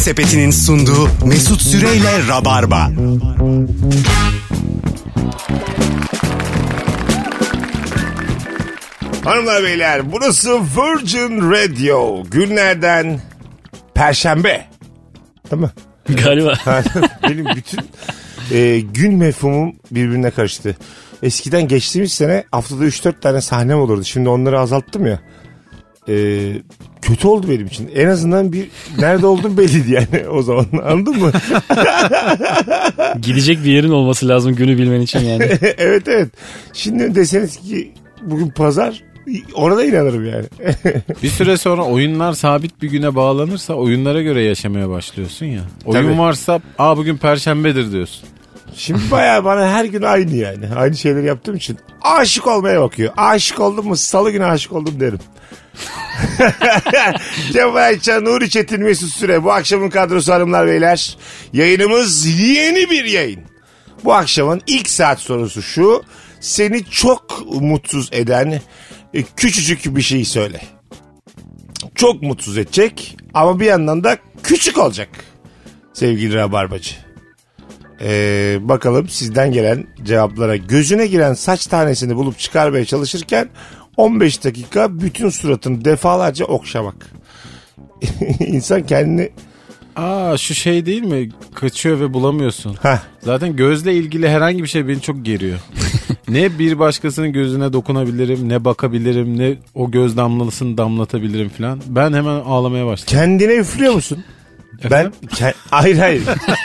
Sepeti'nin sunduğu Mesut Süreyle Rabarba. Hanımlar beyler, burası Virgin Radio. Günlerden Perşembe. Değil mi? Galiba. Benim bütün gün mefhumum birbirine karıştı. Eskiden geçtiğimiz sene haftada 3-4 tane sahnem olurdu. Şimdi onları azalttım ya. Kötü oldu benim için. En azından bir nerede olduğum belliydi yani o zaman. Anladın mı? Gidecek bir yerin olması lazım günü bilmen için yani. Evet. Şimdi deseniz ki bugün pazar, ona da inanırım yani. Bir süre sonra oyunlar sabit bir güne bağlanırsa oyunlara göre yaşamaya başlıyorsun ya. Oyun Tabii. varsa bugün Perşembedir diyorsun. Şimdi bayağı bana her gün aynı yani. Aynı şeyleri yaptığım için aşık olmaya bakıyor. Aşık oldum mu salı günü aşık oldum derim. Kemal Ayça, Nuri Çetin, Mesut Süre. Bu akşamın kadrosu hanımlar beyler. Yayınımız yeni bir yayın. Bu akşamın ilk saat sorusu şu. Seni çok mutsuz eden küçücük bir şey söyle. Çok mutsuz edecek ama bir yandan da küçük olacak. Sevgili Rabarbacı. Bakalım sizden gelen cevaplara. Gözüne giren saç tanesini bulup çıkarmaya çalışırken 15 dakika bütün suratını defalarca okşamak. İnsan kendini... Şu şey değil mi? Kaçıyor ve bulamıyorsun. Heh. Zaten gözle ilgili herhangi bir şey beni çok geriyor. Ne bir başkasının gözüne dokunabilirim, ne bakabilirim, ne o göz damlasını damlatabilirim falan. Ben hemen ağlamaya başladım. Kendine üflüyor musun? Efendim? Hayır.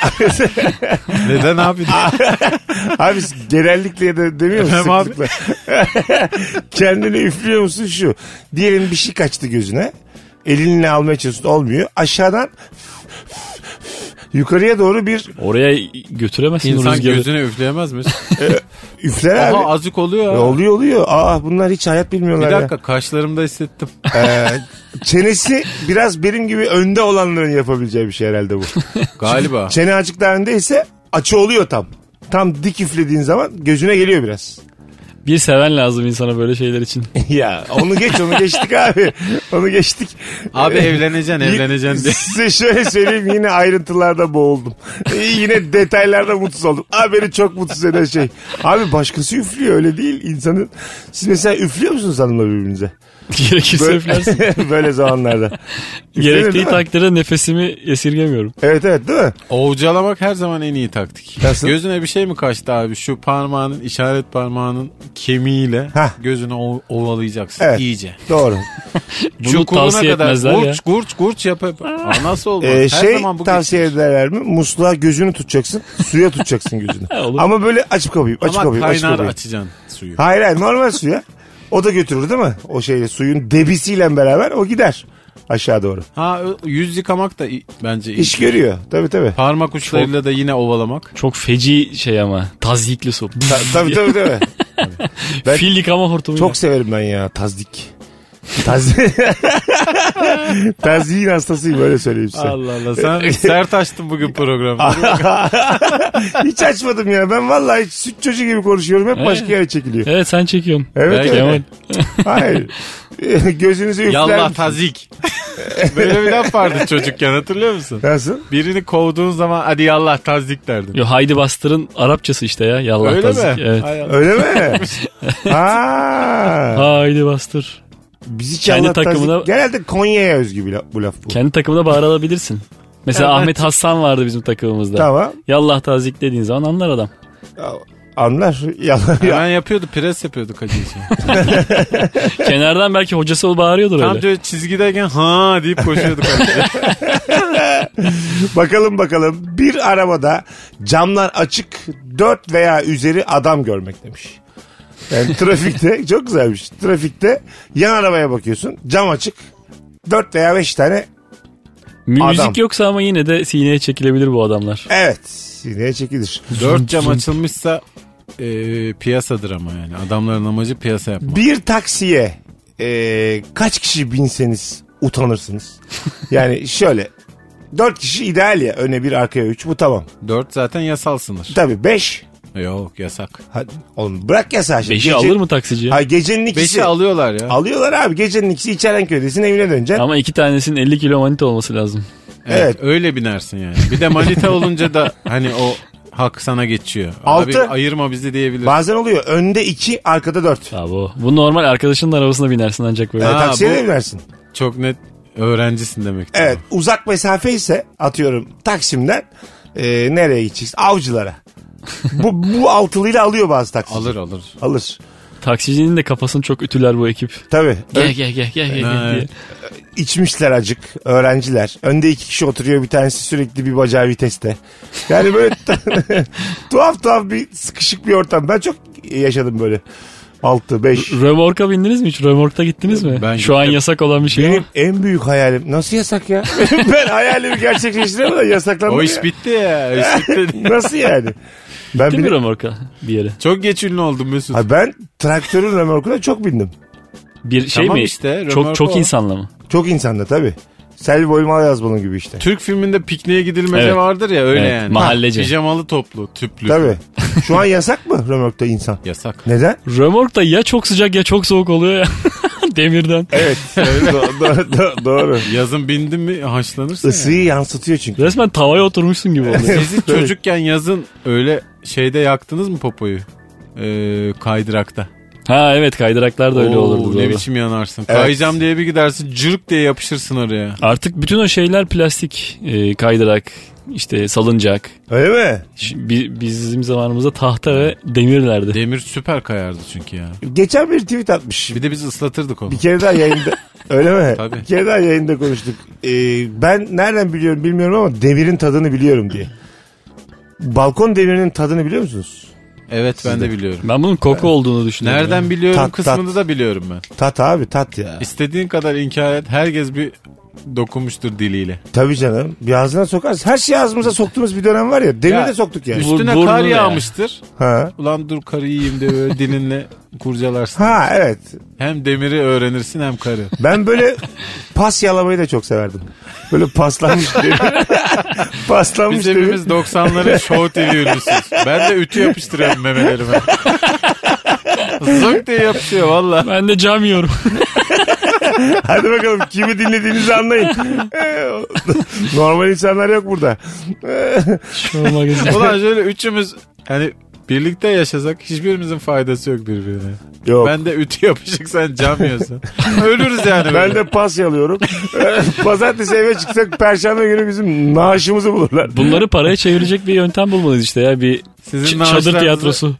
Neden abi? Abi genellikle ya da demiyor musun? Efendim abi? Kendine üflüyor musun şu? Diyelim bir şey kaçtı gözüne. Elinle almaya çalışıyorsun, olmuyor. Aşağıdan yukarıya doğru bir... Oraya götüremezsin İnsan rüzgarı. gözüne üfleyemez mi? Üfler abi. Aha azıcık oluyor. Oluyor. Bunlar hiç hayat bilmiyorlar. Bir dakika kaşlarımda hissettim. Çenesi biraz benim gibi önde olanların yapabileceği bir şey herhalde bu. Galiba. Çene azıcık daha öndeyse açı oluyor tam. Tam dik üflediğin zaman gözüne geliyor biraz. Bir seven lazım insana böyle şeyler için. Ya onu geçtik abi. Onu geçtik. Abi evleneceksin diye. Size şöyle söyleyeyim, yine ayrıntılarda boğuldum. Yine detaylarda mutsuz oldum. Abi beni çok mutsuz eden şey. Abi başkası üflüyor, öyle değil. İnsanın... Siz mesela üflüyor musunuz hanımla birbirinize? Gerekirse üflersin. Böyle zamanlarda. Gerektiği takdirde nefesimi esirgemiyorum. Evet değil mi? Ovcalamak her zaman en iyi taktik. Nasıl? Gözüne bir şey mi kaçtı abi? Şu parmağının, işaret parmağının kemiğiyle gözünü ovalayacaksın iyice. Doğru. Bunu tavsiye etmezler ya. Gurç yap. Nasıl olmaz? Her zaman bu tavsiye ederler mi? Musluğa gözünü tutacaksın. Suya tutacaksın gözünü. Ama böyle açıp kapayım. Ama kaynar açacaksın suyu. Hayır normal suya. O da götürür değil mi? O şeyle, suyun debisiyle beraber o gider aşağı doğru. Yüz yıkamak da bence İş görüyor. Tabii. Parmak uçlarıyla da yine ovalamak. Çok feci şey ama. Tazyikli su. Tabii. Ben fil yıkama hortumuyla. çok severim ben ya tazdik. Tazyiğin hastasıyım, böyle söyleyeyim size. Allah sen sert açtın bugün programı. Hiç açmadım ya. Ben vallahi süt çocuğu gibi konuşuyorum. Hep başka yere çekiliyor. Evet sen çekiyorsun. Evet. Hayır. Gözünüzü üfler Yallah misin? tazik. Böyle bir laf vardı çocukken, hatırlıyor musun? Nasıl? Birini kovduğun zaman hadi yallah tazik derdin. Yo, Haydi Bastır'ın Arapçası işte ya. Yallah Öyle tazik. mi? Evet. Öyle mi? Haydi Bastır. Biz hiç Kendi yallah takımına... tazik... Genelde Konya'ya özgü bu laf bu. Kendi takımına bağırabilirsin. Mesela Evet. Ahmet Hassan vardı bizim takımımızda. Tamam. Yallah tazik dediğin zaman anlar adam. Anlar. Hemen yapıyordu, pres yapıyordu Kadıcı. Kenardan belki hocası ol bağırıyordur öyle. Tam diyor çizgideyken deyip koşuyordu Kadıcı. Bakalım. Bir arabada camlar açık 4 veya üzeri adam görmek demiş. Yani trafikte çok güzelmiş. Trafikte yan arabaya bakıyorsun, cam açık, 4 veya 5 tane Müzik adam. yoksa ama yine de sineye çekilebilir bu adamlar. Evet, sineye çekilir. 4 cam açılmışsa piyasadır ama yani. Adamların amacı piyasa yapmak. Bir taksiye kaç kişi binseniz utanırsınız? Yani şöyle 4 kişi ideal ya, öne bir arkaya 3, bu tamam. 4 zaten yasal sınır. Tabii 5. Yok yasak. Hadi oğlum bırak yasağı şimdi. 5'i alır mı taksici? Hayır, gecenin ikisi. 5'i alıyorlar ya. Alıyorlar abi, gecenin ikisi İçerenköy'desin, evine döneceksin. Ama 2 tanesinin 50 kilo manita olması lazım. Evet. Öyle binersin yani. Bir de manita olunca da hani o hak sana geçiyor. Abi 6. ayırma bizi diyebilir. Bazen oluyor. Önde 2, arkada 4. Ya bu normal arkadaşının arabasına binersin ancak böyle. Ha, Taksiye bu- de binersin. Çok net öğrencisin demek. Evet. Uzak mesafe ise atıyorum Taksim'den nereye gideceksin? Avcılara. bu altılıyla alıyor bazı taksici. Alır. Alır. Taksicinin de kafasını çok ütüler bu ekip. Tabii. Gel diye. Evet. İçmişler acık öğrenciler. Önde 2 kişi oturuyor, bir tanesi sürekli bir bacağı viteste. Yani böyle tuhaf bir sıkışık bir ortam. Ben çok yaşadım böyle. 6, 5. Römorka bindiniz mi hiç? Römorkta gittiniz mi? Ben Şu an gittim. yasak olan bir şey Benim ama. en büyük hayalim. Nasıl yasak ya? Ben hayalimi gerçekleştiremem de yasaklandım O iş ya. bitti ya. O iş bitti. Nasıl yani? Ben Gittin mi bir römorka bir yere? Çok geç ünlü oldum Mesut. Ha, ben traktörün römorkuna çok bindim. Bir şey Tamam mi? işte, çok römorka o. insanla mı? Çok insanda tabii. Selvi Oymaz bunun gibi işte. Türk filminde pikniğe gidilmece Evet. vardır ya öyle Evet, yani. mahallece. Pijamalı toplu, tüplü. Tabii. Şu an yasak mı römorkta insan? Yasak. Neden? Römorkta ya çok sıcak ya çok soğuk oluyor ya. Demirden. Evet. Doğru. Yazın bindin mi haşlanırsın Isıyı yansıtıyor çünkü. Resmen tavaya oturmuşsun gibi oluyor. Siz çocukken yazın öyle şeyde yaktınız mı popoyu? Kaydırakta. Ha evet, kaydıraklar da öyle Oo, olurdu. ne doğru. biçim yanarsın. Evet. Kayacağım diye bir gidersin cırk diye yapışırsın oraya. Artık bütün o şeyler plastik. Kaydırak, işte salıncak. Öyle mi? Bizim zamanımızda tahta ve demirlerdi. Demir süper kayardı çünkü ya. Geçen bir tweet atmış. Bir de biz ıslatırdık onu. Bir kere daha yayında. Öyle mi? Tabii. Bir kere daha yayında konuştuk. Ben nereden biliyorum bilmiyorum ama demirin tadını biliyorum diye. Balkon demirinin tadını biliyor musunuz? Evet ben de biliyorum. Ben bunun koku olduğunu düşünüyorum. Nereden biliyorum Tat, kısmını tat. da biliyorum ben. Tat abi tat ya. İstediğin kadar inkar et. Herkes bir dokunmuştur diliyle. Tabii canım. Bir ağzına sokarız. Her şeyi ağzımıza soktuğumuz bir dönem var ya. Demir Ya, de soktuk yani. Üstüne Burnu kar ne? yağmıştır. Ha. Ulan dur karı yiyeyim de böyle dilinle kurcalarsın. Ha evet. Hem demiri öğrenirsin hem karı. Ben böyle pas yalamayı da çok severdim. Böyle paslanmış demir. Paslanmış Biz demir. hepimiz 90'ların Show TV ünlüsüyüz. Ben de ütü yapıştırıyorum memelerime. Zık diye yapışıyor valla. Ben de cam yiyorum. Hadi bakalım kimi dinlediğinizi anlayın. Normal insanlar yok burada. Show magazin. Ulan şöyle üçümüz hani birlikte yaşasak hiçbirimizin faydası yok birbirine. Yok. Ben de ütü yapışık sen cam yiyorsun. Ölürüz yani. Ben böyle. de pas yalıyorum. Pazartesi eve çıksak perşembe günü bizim naaşımızı bulurlar. Bunları paraya çevirecek bir yöntem bulmalıyız işte ya. Bir Sizin çadır naaşlarınızı- tiyatrosu.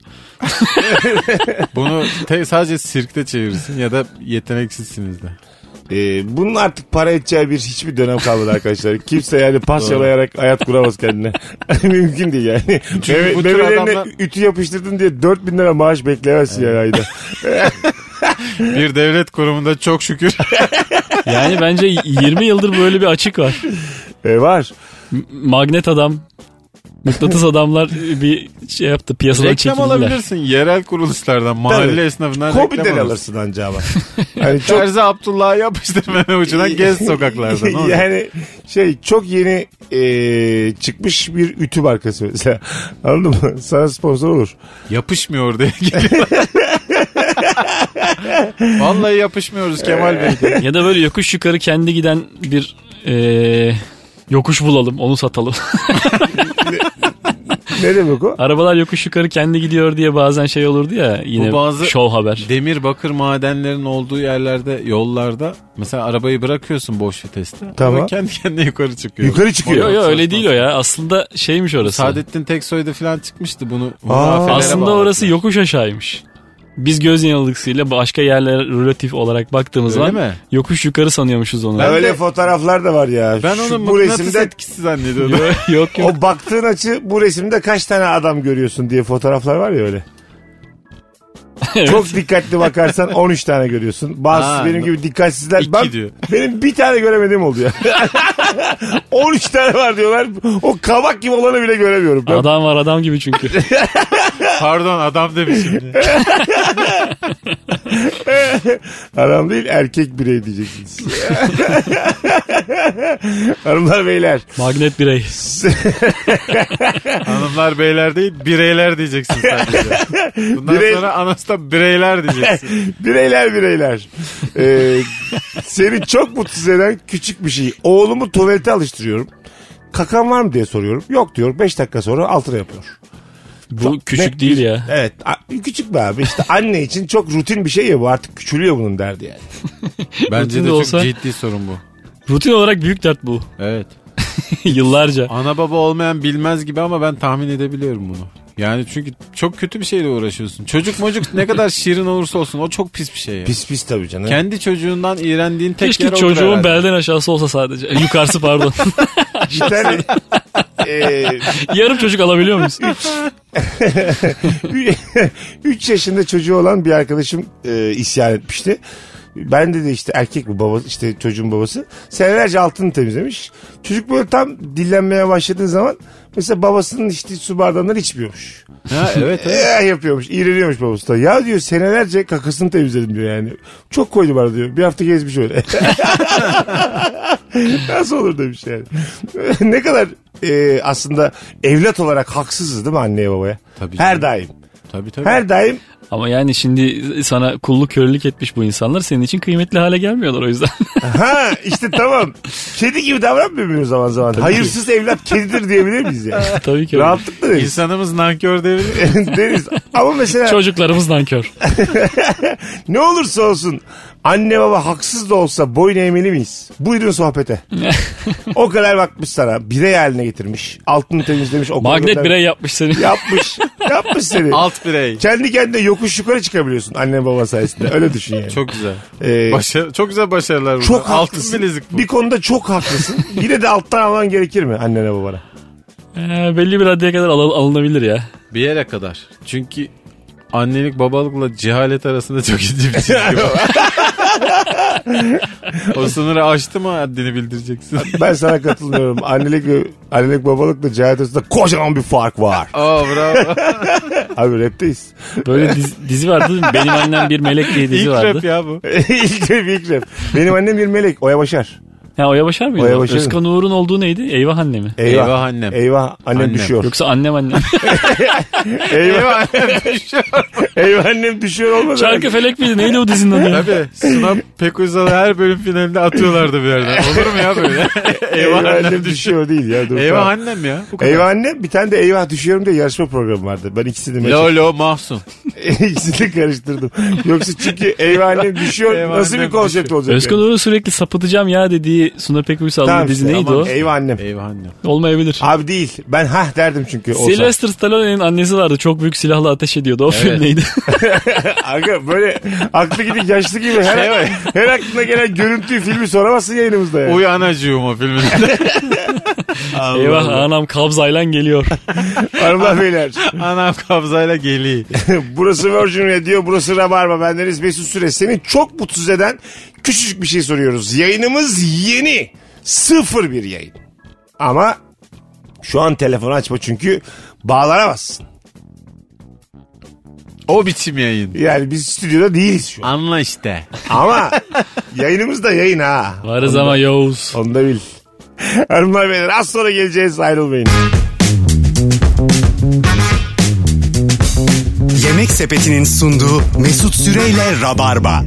Bunu sadece sirkte çevirsin ya da yeteneksizsiniz de. Bunun artık para edeceği hiçbir dönem kalmadı arkadaşlar. Kimse yani pas yalayarak hayat kuramaz kendine. Mümkün değil yani. Çünkü bu tür Memelerine adamlar- ütü yapıştırdın diye 4.000 lira maaş bekleyemezsin yani ayda. Bir devlet kurumunda çok şükür. Yani bence 20 yıldır böyle bir açık var. Var. Magnet adam, mıknatıs adamlar bir şey yaptı, piyasadan Reklam çekildiler. alabilirsin yerel kuruluşlardan, mahalle Tabii. esnafından Kobi'den reklam alırsın anca ama. Yani çok Terzi Abdullah'ı yapıştır meme ucuna gez sokaklarda. Ne olacak? yani çok yeni çıkmış bir ütü markası mesela. Anladın mı? Sana sponsor olur. Yapışmıyor diye geliyor. Vallahi yapışmıyoruz Kemal Bey. Ya da böyle yokuş yukarı kendi giden bir yokuş bulalım, onu satalım. Ne demek o? Arabalar yokuş yukarı kendi gidiyor diye bazen şey olurdu ya, yine Bu bazı show haber. demir bakır madenlerin olduğu yerlerde, yollarda mesela arabayı bırakıyorsun boş viteste. Tamam. Ama kendi kendine yukarı çıkıyor. Yukarı çıkıyor. Yok öyle değil o ya. Aslında şeymiş orası. Saadettin Teksoy'da falan çıkmıştı bunu. Aslında orası yokuş aşağıymış. Biz göz yanılgısıyla başka yerlere relatif olarak baktığımız Öyle zaman mi? yokuş yukarı sanıyormuşuz onu. Ben Öyle de- fotoğraflar da var ya. Ben Şu- onu bu mıknatıs resimde etkisi zannediyordum. yok. o baktığın açı bu resimde kaç tane adam görüyorsun diye fotoğraflar var ya öyle. Evet. Çok dikkatli bakarsan 13 tane görüyorsun. Bazısı Ha, benim gibi dikkatsizler. iki diyor. Benim bir tane göremediğim oldu ya. 13 tane var diyorlar. O kabak gibi olanı bile göremiyorum. Ben- Adam var adam gibi çünkü. Pardon adam demişim. Adam değil erkek birey diyeceksiniz. Hanımlar beyler. Magnet birey. Hanımlar beyler değil bireyler diyeceksin sadece. Bundan sonra anasında bireyler diyeceksin. Bireyler. Seni çok mutsuz eden küçük bir şey. Oğlumu tuvalete alıştırıyorum. Kakan var mı diye soruyorum. Yok diyor. 5 dakika sonra altına yapıyor. Bu küçük değil ya. Evet. Küçük be abi. İşte anne için çok rutin bir şey ya bu. Artık küçülüyor bunun derdi yani. Bence Rutin de de çok olsa- ciddi sorun bu. Rutin olarak büyük dert bu. Evet. Yıllarca. Ana baba olmayan bilmez gibi ama ben tahmin edebiliyorum bunu. Yani çünkü çok kötü bir şeyle uğraşıyorsun. Çocuk ne kadar şirin olursa olsun o çok pis bir şey ya. Pis tabii canım. Kendi çocuğundan iğrendiğin tek Keşke yer odur çocuğun herhalde. belden aşağısı olsa sadece. Yukarısı pardon. Bir tane Yarım çocuk alabiliyor muyuz? 3 yaşında çocuğu olan bir arkadaşım isyan etmişti. Ben de işte erkek bu babası işte çocuğun babası senelerce altını temizlemiş. Çocuk böyle tam dillenmeye başladığı zaman mesela babasının içtiği su bardağından içmiyormuş. Ha, evet. Yapıyormuş, iğreniyormuş babası da. Ya diyor senelerce kakasını temizledim diyor yani. Çok koydu bana diyor. Bir hafta gezmiş öyle. Nasıl olur demiş yani. Ne kadar aslında evlat olarak haksızız değil mi anneye babaya? Tabii Her canım. daim. Tabii. Her daim. Ama yani şimdi sana kulluk körlük etmiş bu insanlar senin için kıymetli hale gelmiyorlar o yüzden. Ha işte tamam. Kedi gibi davranmıyor muyuz zaman zaman? Hayırsız evlat kedidir diyebilir miyiz yani? Tabii ki öyle. Rahatlıkla deriz. İnsanımız nankör diyebilir. Deriz. Ama mesela Çocuklarımız nankör. ne olursa olsun anne baba haksız da olsa boyun eğmeli miyiz? Buyurun sohbete. O kadar bakmış sana. Birey haline getirmiş. Altını temizlemiş. Magnet birey yapmış seni. Yapmış seni. Alt birey. Kendi kendine yokuş yukarı çıkabiliyorsun anne baba sayesinde. Öyle düşün yani. Çok güzel. Çok çok güzel başarılar bunlar. çok Altın haklısın. bilezik bu. Bir konuda çok haklısın. Yine de alttan alman gerekir mi annene babana? Belli bir raddeye kadar alınabilir ya. Bir yere kadar. Çünkü annelik babalıkla cehalet arasında çok ciddi bir çizgi var. O sınırı aştı mı haddini bildireceksin. Ben sana katılmıyorum. Annelik babalıkla cehalet arasında kocaman bir fark var. Aa bravo. Abi rapteyiz. Böyle dizi vardı değil mi? Benim annem bir melek diye dizi İlk vardı. rap ya bu. ilk rap. Benim annem bir melek. Oya Başar. Ha Oya Başar mıydı? Oya Başar'ın. Özkan Uğur'un olduğu neydi? Eyvah anne mi? Eyvah annem. Eyvah annem Annem. düşüyor. Yoksa annem. Eyvah eyvah annem düşüyor olmadı. Şarkı Felek miydi? Neydi o dizinin adı ya? Tabii. Sınav Pekuza'da her bölüm finalinde atıyorlardı bir yerden. Olur mu ya böyle? Eyvah annem düşüyor değil ya. Dur, Eyvah tamam. annem ya. Bu kadar. Eyvah annem bir tane de eyvah düşüyorum diye yarışma programı vardı. Ben ikisini Lolo Mahsun. ikisini karıştırdım. Yoksa çünkü eyvah annem düşüyor Eyvah nasıl bir annem konsept düşüyor. olacak? Özkan Uğur'un sürekli sapıtacağım ya dediği Suna Pekuysal'ın Tamam dizi işte, neydi aman, o? Eyvah annem. Eyvah annem. Olmayabilir. Abi değil. Ben derdim çünkü olsa. Sylvester Stallone'nin annesi vardı. Çok büyük silahla ateş ediyordu. O film neydi? Aga böyle aklı gidik yaşlı gibi her aklına gelen görüntüyü filmi soramazsın yayınımızda yani. Uy anacığım o filminde. Eyvah anam kabzayla geliyor. Hanımlar beyler. Anam kabzayla geliyor. Burası Virgin Radio, burası Rabarba. Bendeniz Mesut Süre. Seni çok mutsuz eden küçücük bir şey soruyoruz. Yayınımız yeni. 01 yayın. Ama şu an telefonu açma çünkü bağlanamazsın. O biçim yayın. Yani biz stüdyoda değiliz şu an. Anla işte. Ama yayınımız da yayın ha. Varız ama Yavuz. Onu da bil. Hanımlar beyler az sonra geleceğiz, ayrılmayın. Yemek Sepeti'nin sunduğu Mesut Süreyle Rabarba.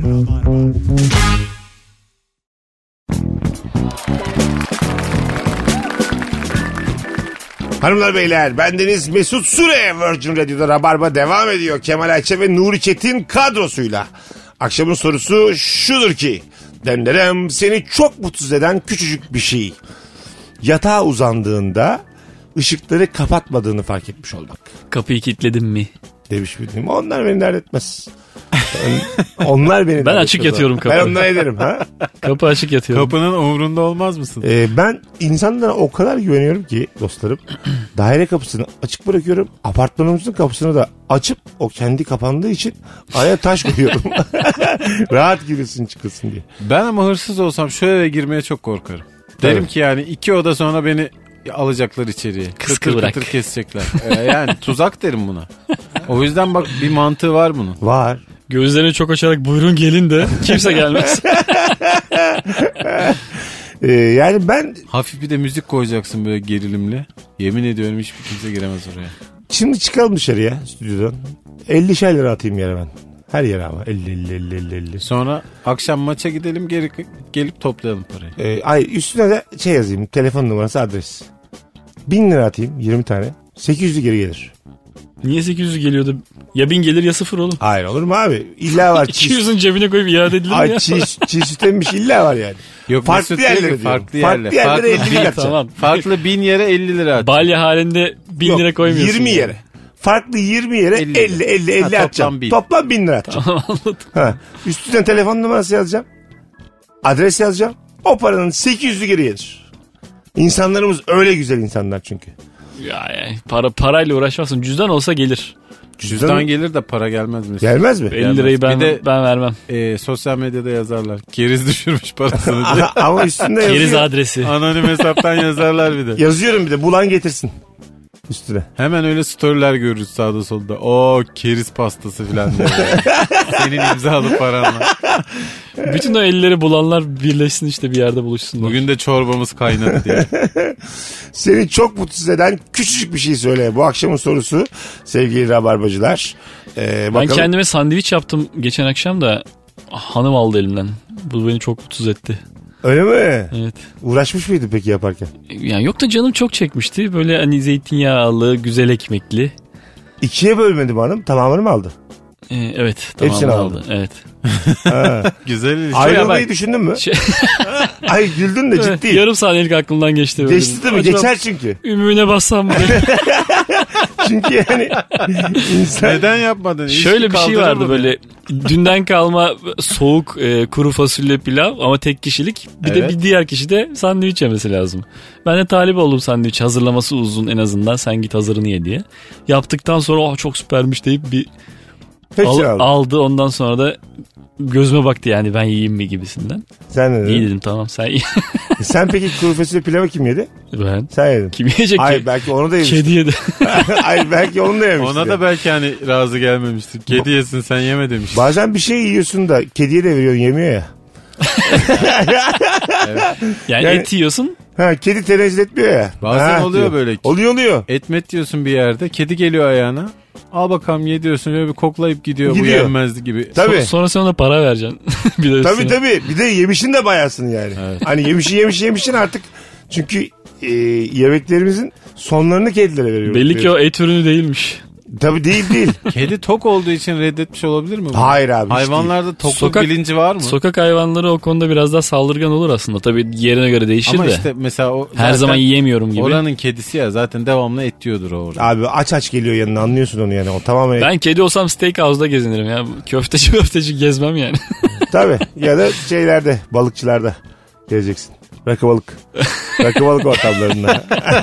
Hanımlar beyler bendeniz Mesut Süre. Virgin Radio'da Rabarba devam ediyor. Kemal Ayça ve Nuri Çetin kadrosuyla. Akşamın sorusu şudur ki. Denderem seni çok mutsuz eden küçücük bir şey. Yatağa uzandığında ışıkları kapatmadığını fark etmiş olmak. Kapıyı kilitledim mi? Demiş bildiğim. Onlar beni dert etmez. Onlar beni Ben dert açık etmez. yatıyorum kapıyı. Ben onlara ederim ha. Kapı açık yatıyorum. Kapının umrunda olmaz mısın? Ben insanlara o kadar güveniyorum ki dostlarım. Daire kapısını açık bırakıyorum. Apartmanımızın kapısını da açıp o kendi kapandığı için araya taş koyuyorum. Rahat girilsin çıkılsın diye. Ben ama hırsız olsam şu eve girmeye çok korkarım. Derim Evet. ki yani 2 oda sonra beni alacaklar içeriye. Kıskı Kıtır bırak. kıtır kesecekler. Yani tuzak derim buna. O yüzden bak bir mantığı var bunun. Var. Gözlerini çok açarak buyurun gelin de kimse gelmez. Yani ben Hafif bir de müzik koyacaksın böyle gerilimli. Yemin ediyorum hiçbir kimse giremez oraya. şimdi çıkalım dışarıya stüdyodan. 50 lira atayım yere ben. Her yere ama 50. Sonra akşam maça gidelim geri gelip toplayalım parayı. Ay üstüne de şey yazayım. Telefon numarası, adres. 1000 lira atayım 20 tane. 800'lü geri gelir. Niye 800 geliyordu? Ya 1000 gelir ya 0 oğlum. Hayır olur mu abi? İlla var. 200'ün cebine koyup iade edilir mi Ay ya? çiğ süt emmiş illa var yani. Yok, Farklı Mesut değil yerlere mi? diyorum. Farklı yerlere. Farklı yerlere 50 lira atacağım. Tamam. Farklı 1000 yere 50 lira at. Balya halinde 1000 Yok, lira koymuyorsun. 20 yani. yere. Farklı 20 yere 50 50 Ha, toplam atacağım. 1000. Toplam 1000 lira atacağım. Tamam anladım. Ha. Üstüne telefon numarası yazacağım. Adres yazacağım. O paranın 800'ü geri gelir. İnsanlarımız öyle güzel insanlar çünkü. Ya yani parayla uğraşmazsın. Cüzdan olsa gelir. Cüzdan gelir de para gelmez mi? Gelmez mi? 50 lirayı ben, Bir de- ben vermem. Sosyal medyada yazarlar. Keriz düşürmüş parasını diye. Ama üstünde Keriz yazıyor. adresi. Anonim hesaptan yazarlar bir de. Yazıyorum bir de bulan getirsin. Üstüne. Hemen öyle storyler görürüz sağda solda. O keriz pastası falan diye. Senin imzalı paranla. Bütün o 50'leri bulanlar birleşsin işte bir yerde buluşsunlar. Bugün de çorbamız kaynadı diye. Seni çok mutsuz eden küçücük bir şey söyle. Bu akşamın sorusu sevgili rabarbacılar. Ben Bakalım. kendime sandviç yaptım geçen akşam da hanım aldı elimden. Bu beni çok mutsuz etti. Öyle mi? Evet. Uğraşmış mıydın peki yaparken? Yani yok da canım çok çekmişti. Böyle hani zeytinyağlı, güzel ekmekli. İkiye bölmedi mi hanım? Tamamını mı aldı? Evet. Hepsini Tamam aldı. aldı. Evet. Güzel ilişki. Ayrılmayı bak- düşündün mü? Şey- Ay güldün de ciddi. Yarım saniyelik aklımdan geçti. böyle. Geçti değil mi? Acaba Geçer çünkü. Ümüğüne bassam mı? Çünkü yani insan... Neden yapmadın? İlişki Şöyle bir şey kaldırır vardı mı böyle dünden kalma soğuk kuru fasulye pilav ama tek kişilik. Bir de Evet. bir diğer kişi de sandviç yemesi lazım. Ben de talip oldum sandviç, hazırlaması uzun en azından, sen git hazırını ye diye. Yaptıktan sonra oh çok süpermiş deyip bir Hepsini aldı. aldı, ondan sonra da gözüme baktı yani ben yiyeyim mi gibisinden. Sen ne İyi dedin? dedim tamam sen ye. Sen peki kuru fasulye pilavı kim yedi? Ben. Sen yedin. Kim yiyecek Ay ki? belki onu da yemiştir. Kedi yedi. Ay belki onu da yemiştir. Ona da belki hani razı gelmemiştir. Kedi yesin sen yeme demiş. Bazen bir şey yiyorsun da kediye de veriyorsun, yemiyor ya. Yani Yani- et yiyorsun. Ha, kedi tenezzül etmiyor ya. Bazen Ha, oluyor diyor. böyle. Oluyor. Etmet diyorsun bir yerde. Kedi geliyor ayağına. Al bakalım ye diyorsun. Böyle bir koklayıp gidiyor. Bu Gidiyor. yenmezdi gibi. Tabii. Sonra sen ona para vereceksin. Bir de Tabii üstüne. tabii. Bir de yemişin de bayasın yani. Hani yemişin artık. Çünkü yemeklerimizin sonlarını kedilere veriyoruz. Belli ki o et ürünü değilmiş. Tabii değil. Kedi tok olduğu için reddetmiş olabilir mi? bu? Hayır abi. hiç Hayvanlarda tokluk Sokak- bilinci var mı? Sokak hayvanları o konuda biraz daha saldırgan olur aslında. Tabii yerine göre değişir Ama de. işte mesela o Her zaten zaman yiyemiyorum gibi. oranın kedisi ya zaten devamlı et yiyordur o orada. değil. Abi aç geliyor yanına, anlıyorsun onu yani. O tamamen Ben kedi olsam steakhouse'da gezinirim ya. Köfteci gezmem yani. tabii. Ya da şeylerde, balıkçılarda geleceksin. Rakı balık ortamlarında.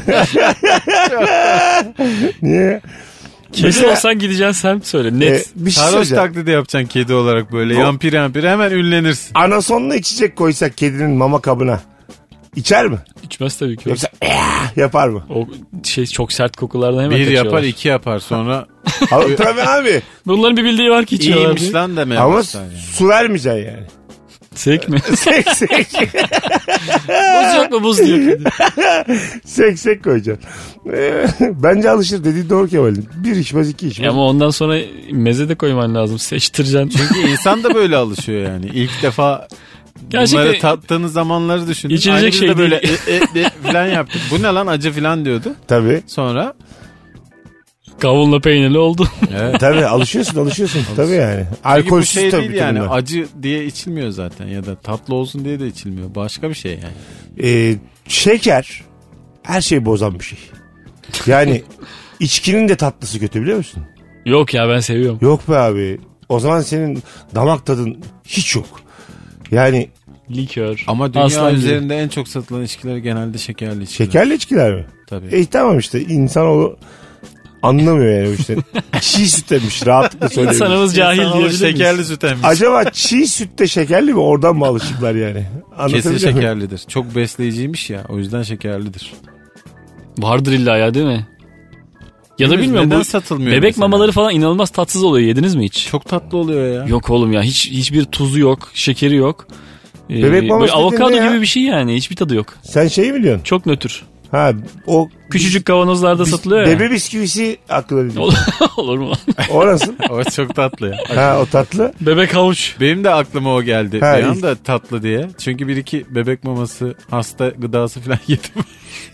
Niye? Kedi Mesela- olsan gideceksin sen söyle. Net. Bir şey Sarhoş söyleyeceğim. taklidi yapacaksın kedi olarak böyle. Yampir hemen ünlenirsin. Anasonlu içecek koysak kedinin mama kabına İçer mi? İçmez tabii ki. Yoksa yapar mı? O şey çok sert kokulardan hemen Bir kaçıyorlar. yapar 2 yapar sonra Tabii abi. Bunların bir bildiği var ki içiyorlar iyiymiş diye. lan demeye Ama başlar yani. su vermeyeceksin yani. Sek mi? Sek Buz yok mu buz diyor kedi. sek koyacaksın. Bence alışır dediğin doğru Kemal'in. Bir içmez iki içmez. Ama ondan sonra meze de koyman lazım. Seçtireceksin. Çünkü insan da böyle alışıyor yani. İlk defa Gerçekten bunları tattığınız zamanları düşünün. İçilecek Aynı biz şey de böyle değil. falan yaptık. Bu ne lan acı falan diyordu. Tabii. Sonra Kavunla peynirli oldu. evet. Tabii alışıyorsun. Tabii yani. Çünkü bu Alkolsüz şey tabii değil bütün yani bunlar. acı diye içilmiyor zaten ya da tatlı olsun diye de içilmiyor. Başka bir şey yani. Şeker her şeyi bozan bir şey. Yani içkinin de tatlısı kötü biliyor musun? Yok ya ben seviyorum. Yok be abi. O zaman senin damak tadın hiç yok. Yani Likör. Ama dünya aslan gibi. üzerinde en çok satılan içkiler genelde şekerli içkiler. şekerli içkiler mi? Tabii. Tamam işte insanoğlu anlamıyor yani işte. Çiğ süt demiş rahatlıkla söyleyebiliriz. İnsanımız cahil İnsanoğlu diyebilir miyiz? şekerli süt emmiş. Acaba çiğ sütte şekerli mi? Oradan mı alışıklar yani? Kesin Anlatabiliyor muyum? şekerlidir. Çok besleyiciymiş ya o yüzden şekerlidir. Vardır illa ya değil mi? Ya da bilmiyorum Neden bu satılmıyor bebek mesela? mamaları falan inanılmaz tatsız oluyor. Yediniz mi hiç? Çok tatlı oluyor ya. Yok oğlum ya hiçbir tuzu yok, şekeri yok. Bebek maması böyle avokado dediğin ne ya? gibi bir şey yani. Hiçbir tadı yok. Sen şeyi mi diyorsun? Çok nötr. Ha o Küçücük kavanozlarda satılıyor ya. bebe bisküvisi aklına değil. Olur mu? Orası. O çok tatlı ya. Ha o tatlı. Bebek havuç. Benim de aklıma o geldi. Ha, Bir ilk- anda tatlı diye. Çünkü bir iki bebek maması, hasta gıdası falan yedim.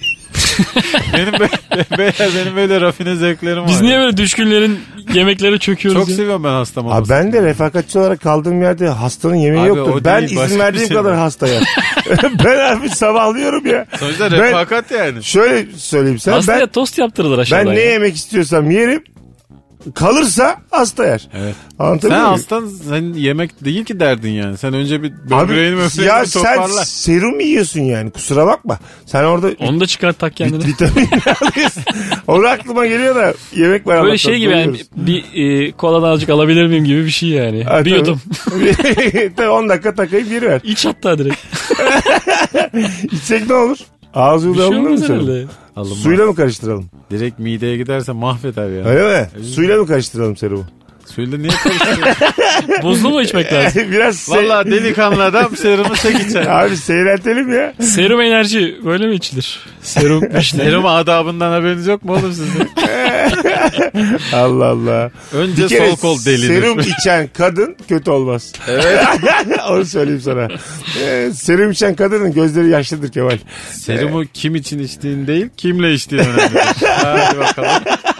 benim böyle rafine zevklerim var. Biz niye böyle düşkünlerin yemeklere çöküyoruz Çok ya? seviyorum ben hasta Abi mamasını. ben de refakatçi olarak kaldığım yerde hastanın yemeği Abi yoktur. o Ben değil, izin başka bir verdiğim şey kadar var. hastaya. Ben abi sabahlıyorum ya. Sonuçta Ben- refakat yani. Şöyle söyleyeyim sana. Hastaya tost yaptırılır aşağıdan. Ben ne ya. yemek istiyorsam yerim. Kalırsa hasta yer. Evet. Anlatabiliyor Sen muyum? hastan, sen yemek değil ki derdin yani. Sen önce bir Abi böbreğini ya möbreğini sen toparla. serum yiyorsun yani kusura bakma. Sen orada Onu da çıkar tak kendine. vitamin alıyorsun. Orada aklıma geliyor da yemek var. Böyle Allah'tan, şey gibi yani doyuyoruz. bir koladan azıcık alabilir miyim gibi bir şey yani. Ha, Bir tabii. yudum. Tabii 10 dakika takayım geri ver. İç hatta direkt. İçsek ne olur? Ağzı Bir da şey alınır mı olmaz serum? herhalde. Alınmaz. Suyla mı karıştıralım? Direkt mideye giderse mahveder ya. Öyle mi? Suyla mı karıştıralım serumu? Suyla niye karıştırıyorsun? Buzlu mu içmek lazım? Biraz Valla delikanlı adam serumu tek içer. Abi seyretelim ya. Serum enerji böyle mi içilir? Serum işte. Serum adabından haberiniz yok mu oğlum sizin? Allah Allah. Önce Bir kere sol kol delidir. serum içen kadın kötü olmaz. Evet. Onu söyleyeyim sana. Serum içen kadının gözleri yaşlıdır Kemal. Serumu kim için içtiğin değil, kimle içtiğin önemli. Hadi bakalım.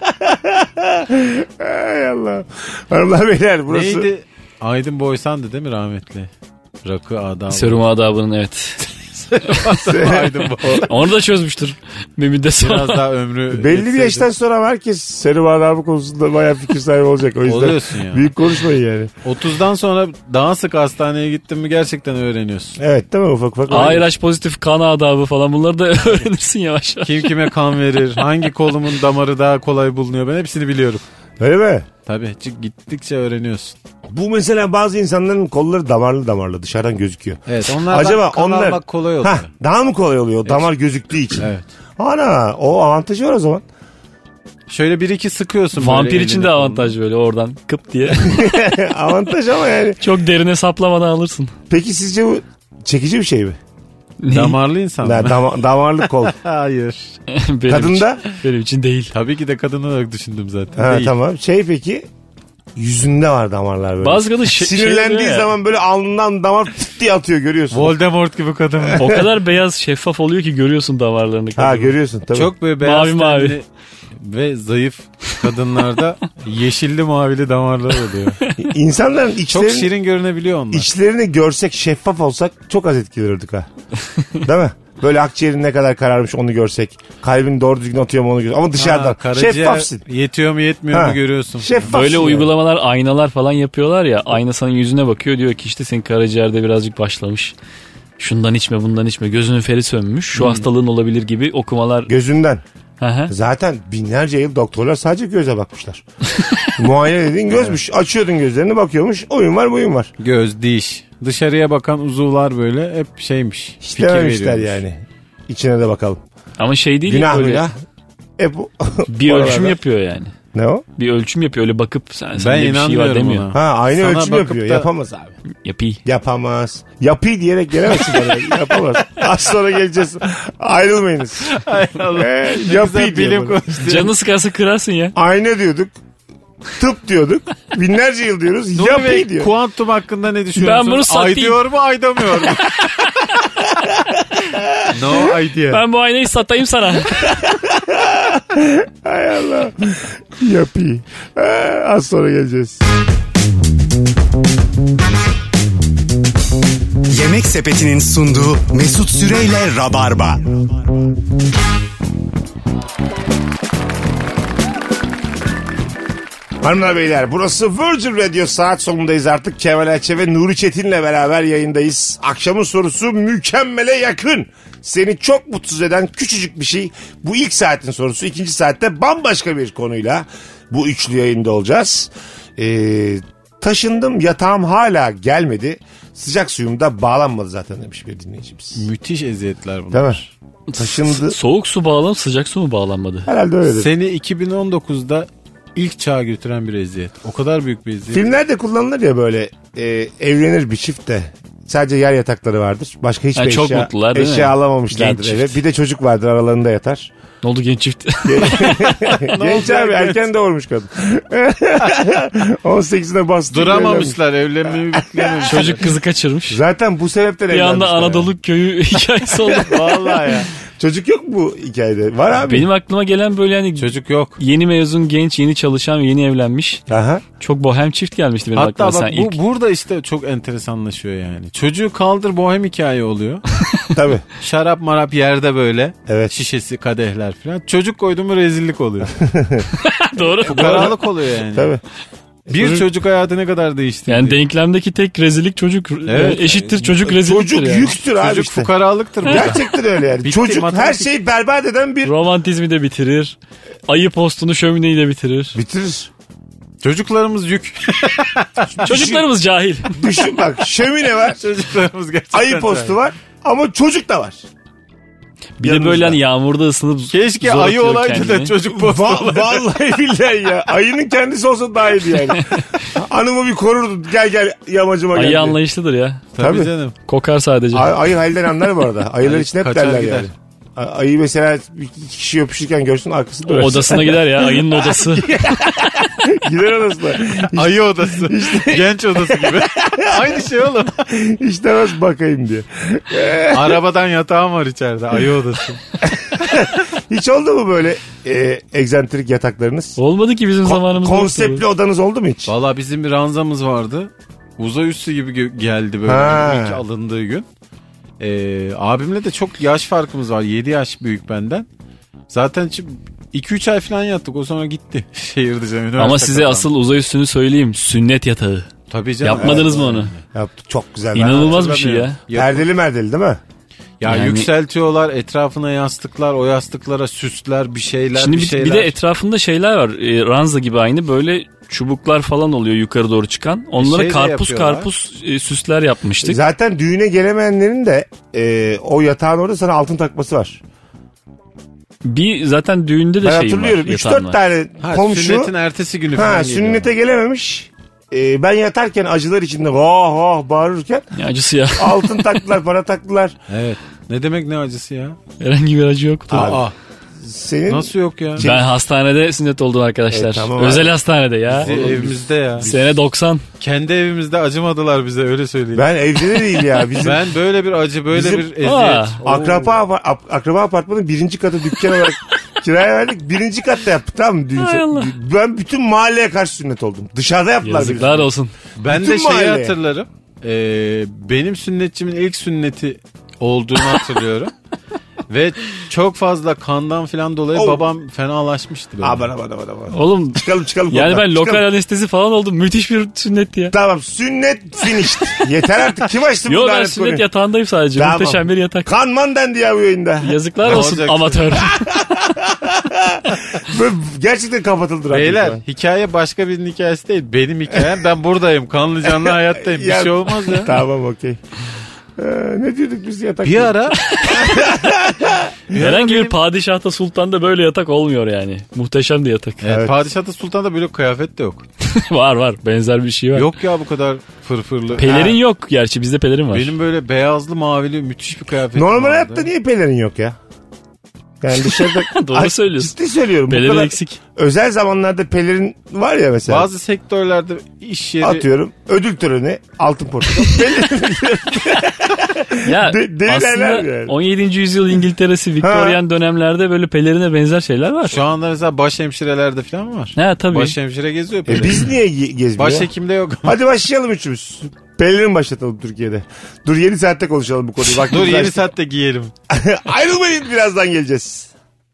Hay Allah. Hanımlar beyler burası. Neydi? Aydın Boysan'dı değil mi rahmetli? Rakı adabı. Serum adabının evet. Aydın Boy. Onu da çözmüştür. Bir müddet sonra. Biraz daha ömrü Belli bir yetseydi. yaştan sonra herkes serum adabı konusunda bayağı fikir sahibi olacak. O yüzden Oluyorsun ya. büyük konuşmayın yani. 30'dan sonra daha sık hastaneye gittin mi gerçekten öğreniyorsun. Evet değil mi ufak ufak? ARH pozitif kan adabı falan bunları da öğrenirsin yavaş yavaş. Kim kime kan verir, hangi kolumun damarı daha kolay bulunuyor, ben hepsini biliyorum. Öyle mi? Tabii gittikçe öğreniyorsun. Bu mesela bazı insanların kolları damarlı dışarıdan gözüküyor. Evet, onlardan Acaba kan onlar almak kolay oluyor. Hah, daha mı kolay oluyor damar gözüktüğü için? Evet. Ana o avantajı var o zaman. Şöyle bir iki sıkıyorsun. Vampir böyle için elini de kolunu. avantaj böyle oradan kıp diye. Avantaj ama yani. Çok derine saplamadan alırsın. Peki sizce bu çekici bir şey mi? Ne? Damarlı insan mı? Damarlı kol. Hayır. Benim Kadında? için, benim için değil. Tabii ki de kadın olarak düşündüm zaten. Ha, Değil. tamam. Şey peki yüzünde var damarlar böyle. Bazı kadın Sinirlendiği şey zaman böyle alnından damar tık diye atıyor görüyorsun. Voldemort gibi kadın. o kadar beyaz şeffaf oluyor ki görüyorsun damarlarını. Ha görüyorsun tabii. Çok böyle beyaz Mavi. tenli ve zayıf kadınlarda yeşilli mavili damarlar oluyor. İnsanların Çok içlerini, şirin görünebiliyor onlar. içlerini görsek şeffaf olsak çok az etkilenirdik ha. Değil mi? Böyle akciğerin ne kadar kararmış onu görsek. Kalbin doğru düzgün atıyor mu onu görsek. Ama dışarıdan karaciğer şeffafsın. yetiyor mu yetmiyor Ha. mu görüyorsun. Şeffafsın Böyle yani. uygulamalar aynalar falan yapıyorlar ya. Ayna senin yüzüne bakıyor diyor ki işte senin karaciğerde birazcık başlamış. Şundan içme bundan içme gözünün feri sönmüş. Şu hastalığın olabilir gibi okumalar. Gözünden. Hı hı. Zaten binlerce yıl doktorlar sadece göze bakmışlar. Muayene dediğin gözmüş. Açıyordun gözlerini bakıyormuş. Oyun var buyun var. Göz, diş. Dışarıya bakan uzuvlar böyle hep şeymiş. Hiç fikir dememişler veriyormuş. yani. İçine de bakalım. Ama şey değil Günah böyle günah. Bu. bir Bu ölçüm arada. yapıyor yani. Ne o? Bir ölçüm yapıyor öyle bakıp sende Ben bir şey var inanmıyorum demiyor. ona. Ha aynı Sana ölçüm bakıp yapıyor. da- Yapamaz abi. Yapayım. Yapamaz. Yapı diyerek gelemezsin bana. Yapamaz. Az sonra geleceğiz. Ayrılmayınız. Hay Allah. Ne Yapı güzel diyor bilim bana. konuştu. Canını sıkarsa kırarsın ya. Ayna diyorduk. Tıp diyorduk. Binlerce yıl diyoruz. Nuri Bey, Yapı diyor. kuantum hakkında ne düşünüyorsunuz? Ben bunu satayım. Ay diyor mu aydamıyor mu? No idea. Ben bu aynayı satayım sana. Hay Allah. Yapı. Az sonra geleceğiz. Yemek Sepeti'nin sunduğu Mesut Süreyle Rabarba. Hanımlar beyler burası Virgin Radio, saat sonundayız artık. Kemal Ayça ve Nuri Çetin'le beraber yayındayız. Akşamın sorusu mükemmele yakın. Seni çok mutsuz eden küçücük bir şey. Bu ilk saatin sorusu. İkinci saatte bambaşka bir konuyla bu üçlü yayında olacağız. Taşındım, yatağım hala gelmedi. Sıcak suyum da bağlanmadı zaten demiş bir dinleyicimiz. Müthiş eziyetler bunlar. Değil mi? Taşındı. Soğuk su bağlanıp sıcak su mu bağlanmadı? Herhalde öyledir. Seni 2019'da ilk çağa götüren bir eziyet. O kadar büyük bir eziyet. Filmlerde kullanılır ya böyle evlenir bir çift de sadece yer yatakları vardır. Başka hiçbir Yani çok mutlular, değil mi? eşya alamamışlardır Genç eve. çift. Bir de çocuk vardır aralarında yatar. Ne oldu genç çift? Genç abi erken doğurmuş kadın. 18'ine bastı. Duramamışlar, evlenmeyi bekleyememişler. Çocuk kızı kaçırmış. Zaten bu sebepten Bir evlenmişler. anda Anadolu köyü hikayesi oldu. Vallahi ya. Çocuk yok mu bu hikayede? Var abi. Benim aklıma gelen böyle hani Çocuk yok. yeni mezun genç, yeni çalışan ve yeni evlenmiş. Aha. Çok bohem çift gelmişti benim Hatta aklıma. bak Sen ilk... burada işte çok enteresanlaşıyor yani. Çocuğu kaldır bohem hikaye oluyor. Tabii. Şarap marap yerde böyle. Evet. Şişesi, kadehler falan. Çocuk koydu mu rezillik oluyor. Doğru. Fukaralık oluyor yani. Tabii. Bir çocuk hayatı ne kadar değişti. Yani denklemdeki tek rezillik çocuk Evet. eşittir çocuk rezilliktir Çocuk yani. yüktür abi Çocuk işte. fukaralıktır bu. Gerçekten öyle yani. Bitti, Çocuk her matematik. şeyi berbat eden bir... Romantizmi de bitirir. Ayı postunu şömineyi de bitirir. Bitirir. Çocuklarımız yük. Çocuklarımız cahil. Düşün bak şömine var. Çocuklarımız gerçekten. Ayı postu var. Ama çocuk da var. Bir de Yanımızda. böyle hani yağmurda ısınıp Keşke zor ayı atıyor olaydı kendini. da çocuk postu olaydı. Vallahi billahi ya. Ayının kendisi olsa daha iyiydi yani. Hanımı bir korurdu. Gel yamacıma gel. Ayı diye. anlayışlıdır ya. Tabii Tabii. canım. Kokar sadece. Ayı halden anlar bu arada. Ayılar Ayı için hep kaçar derler gider. yani. Ayı mesela iki kişi öpüşürken görsün arkasını O döner. odasına gider ya. Ayının odası. Gider odasına. Ayı odası. Genç odası gibi. Aynı şey oğlum. İstemez bakayım diye. Arabadan yatağım var içeride. Ayı odası. Hiç oldu mu böyle egzantrik yataklarınız? Olmadı ki bizim zamanımızda. Konseptli odanız oldu mu hiç? Valla bizim bir ranzamız vardı. Uzay üssü gibi geldi böyle Ha. ilk alındığı gün. Abimle de çok yaş farkımız var. 7 yaş büyük benden. Zaten 2-3 ay falan yattık. O sonra gitti. Şehir dışı. üniversite Ama size kazandı. asıl uzay üstünü söyleyeyim. Sünnet yatağı. Tabii canım. Yapmadınız mı onu? Yaptık çok güzel. İnanılmaz bir şey ya. Perdeli merdeli değil mi? Ya Yani- yükseltiyorlar, etrafına yastıklar, o yastıklara süsler, bir şeyler, Şimdi bir şeyler. bir de etrafında şeyler var. Ranza gibi aynı böyle çubuklar falan oluyor yukarı doğru çıkan. Onlara Şey de karpuz yapıyorlar. süsler yapmıştık. Zaten düğüne gelemeyenlerin de o yatağın orada sana altın takması var. Bir zaten düğünde de Ben şeyim var. hatırlıyorum. yatağım 3-4 var. tane Ha, komşu sünnetin ertesi günü falan geliyor. sünnete gelememiş. Ben yatarken acılar içinde vah vah bağırırken Ne acısı ya. altın taktılar, para taktılar. Evet. Ne demek ne acısı ya? Herhangi bir acı yok. Aa, Senin nasıl yok ya? Ben hastanede sünnet oldum arkadaşlar. tamam Özel abi. hastanede ya. Evimizde ya. Sene 90. Kendi evimizde acımadılar bize öyle söyleyeyim. ben evde de değil ya. Bizim Ben böyle bir acı, böyle Bizim- bir eziyet. Aa. akraba apartmanın 1. katı dükkan olarak kiraya verdik. 1. katta yaptık tamam mı? Hay Allah. Ben bütün mahalleye karşı sünnet oldum. Dışarıda yaptılar. Yazıklar bizi. olsun. Ben Bütün de şeyi mahalleye. hatırlarım. Benim sünnetçimin ilk sünneti olduğunu hatırlıyorum. Ve çok fazla kandan falan dolayı Oh. babam fenalaşmıştı. Böyle. Aman. Oğlum Çıkalım. yani konudan. ben lokal Çıkalım. anestezi falan oldum. Müthiş bir sünnetti ya. Tamam sünnet finished. Yeter artık. Kim açtı bu Yo ben lanet sünnet konuyu? yatağındayım sadece. Tamam. Muhteşem bir yatak. Kanman dendi ya bu yayında. Yazıklar Ne olsun olacak? amatör. Böyle gerçekten kapatıldı. Beyler radyo. hikaye başka birinin hikayesi değil. Benim hikayem, ben buradayım. Kanlı canlı hayattayım. Bir Ya- şey olmaz ya. Tamam okey. Ne diyorduk biz yatak? Bir ara Herhangi benim- bir padişahta sultanda böyle yatak olmuyor yani. Muhteşem bir yatak. Evet. Padişah'ta Sultan'da böyle kıyafet de yok. var benzer bir şey var. Yok ya bu kadar fırfırlı. Pelerin yok gerçi bizde pelerin var. Benim böyle beyazlı mavili müthiş bir kıyafetim Normal vardı. hayatta niye pelerin yok ya? Yani dışarıda... Doğru Ay, söylüyorsun. Ciddi söylüyorum. Bu Pelerin kadar eksik. özel zamanlarda pelerin var ya mesela. Bazı sektörlerde iş yeri Atıyorum ödül töreni altın portakal. Pelerin Ya delilerler aslında yani. 17. yüzyıl İngiltere'si Victorian dönemlerde böyle pelerine benzer şeyler var. şu anda mesela başhemşirelerde falan var. Ha tabii. Başhemşire geziyor pelerin. Biz niye gezmiyor? Başhekimde yok. Hadi başlayalım üçümüz. Pelerin başlatalım Türkiye'de. Dur yeni saatte konuşalım bu konuyu. Bak, Dur yeni saatte giyelim. Ayrılmayın birazdan geleceğiz.